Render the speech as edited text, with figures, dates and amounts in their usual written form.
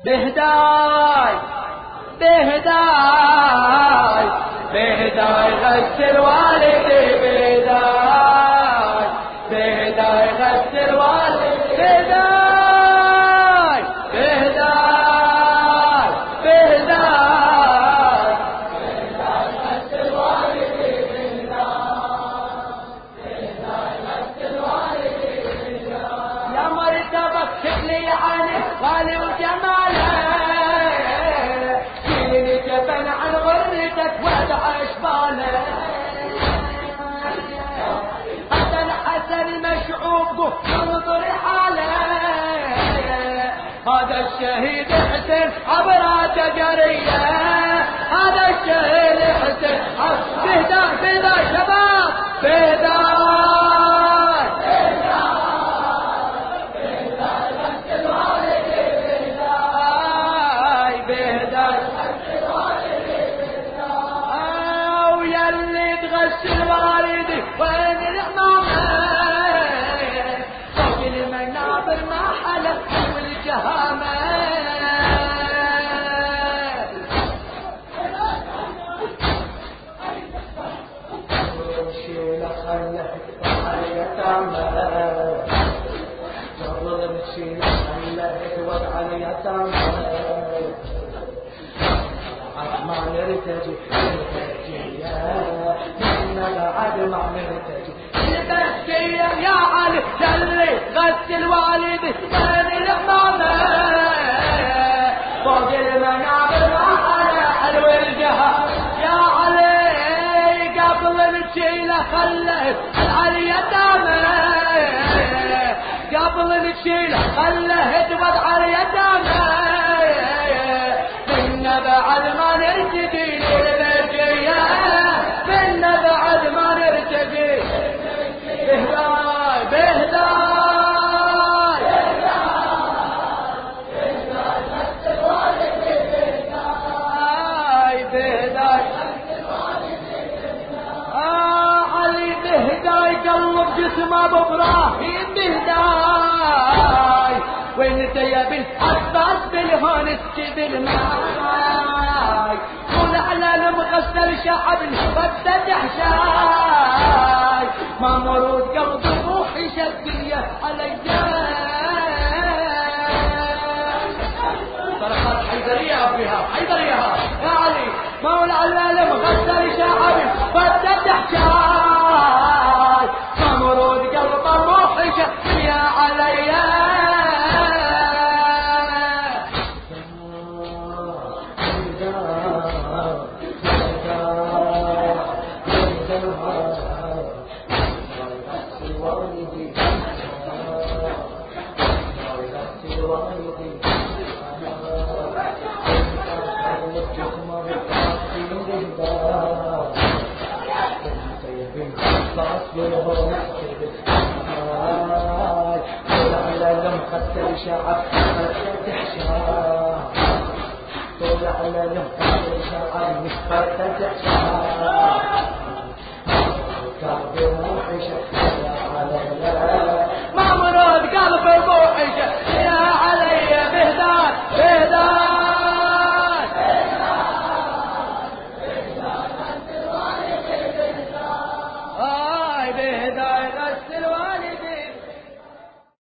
بهداي بهداي بهداي غسل والدي بهداي بهداي غسل والدي بهداي بهداي بهداي بهداي غسل والدي بهداي بهداي غسل والدي بهداي يا مرتبك شكلي عنك غالي وجمالك شيلني جبن عن غرتك وادع اشبالك حسن مشعوب انظر حاله هذا الشهيد حسين عبرات جريه هذا الشهيد حسين بهداي بهداي شباب بهداي بهداي غسل والدي بهداي بهداي غسل والدي بهداي ويا اللي تغسل والدي وين الامامه فوق المنابر ما حلت والجهامه شيله خله على يتامى ظلم شيله خله وضع اليتامى ما نرتجي إحنا بعد ما نرتجي البشية يا علي جلي غسل والدي وين الأمامة فوق المنابر ما على حلو الجهة يا علي قبل نشيله خله على اليتامى قبل نشيله خله ادود على اليتامى منا بعد ما نرتقي للبشية منا بعد ما نرتقي بهداي بهداي بهداي غسل والدي بهداي بهداي علي بهداي قلب جسمه بابراهيم بهداي وين انت يا بنت عباس بالهون السبل معاي طول على المغسل شعبني بدت احشاي ما مرود قلبي روحي شقية علي صرخات حيدرية ابيها حيدرية يا علي مولى على المغسل شعبني بدت احشاي ما مرود قلبي روحي شقية علي مخسر شعب تحشار طول على المخسر شعب مخسر تحشار كعب روحي شكل على ما مراد قلبي